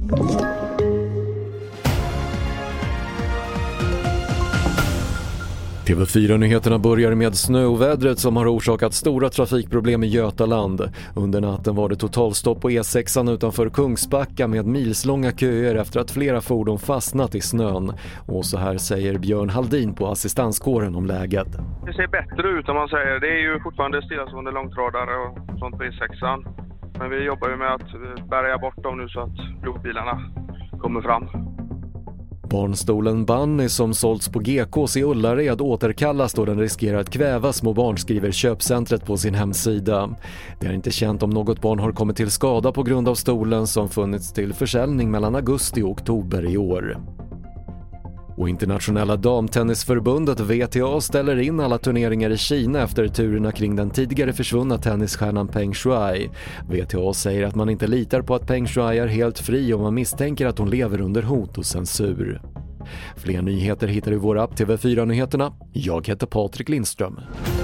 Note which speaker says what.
Speaker 1: TV4-nyheterna börjar med snöovädret som har orsakat stora trafikproblem i Götaland. Under natten var det totalstopp på E6 utanför Kungsbacka med milslånga köer efter att flera fordon fastnat i snön. Och så här säger Björn Haldin på assistanskåren om läget.
Speaker 2: Det ser bättre ut om man säger. Det är ju fortfarande stillastående långtradare och sånt på E6. Men vi jobbar ju med att bärga bort dem nu så att blodbilarna kommer fram.
Speaker 1: Barnstolen Bunny som sålts på GKs i Ullared återkallas då den riskerar att kväva små barn, skriver köpcentret på sin hemsida. Det är inte känt om något barn har kommit till skada på grund av stolen som funnits till försäljning mellan augusti och oktober i år. Och internationella damtennisförbundet WTA ställer in alla turneringar i Kina efter turerna kring den tidigare försvunna tennisstjärnan Peng Shuai. WTA säger att man inte litar på att Peng Shuai är helt fri och man misstänker att hon lever under hot och censur. Fler nyheter hittar du i vår app TV4 Nyheterna. Jag heter Patrik Lindström.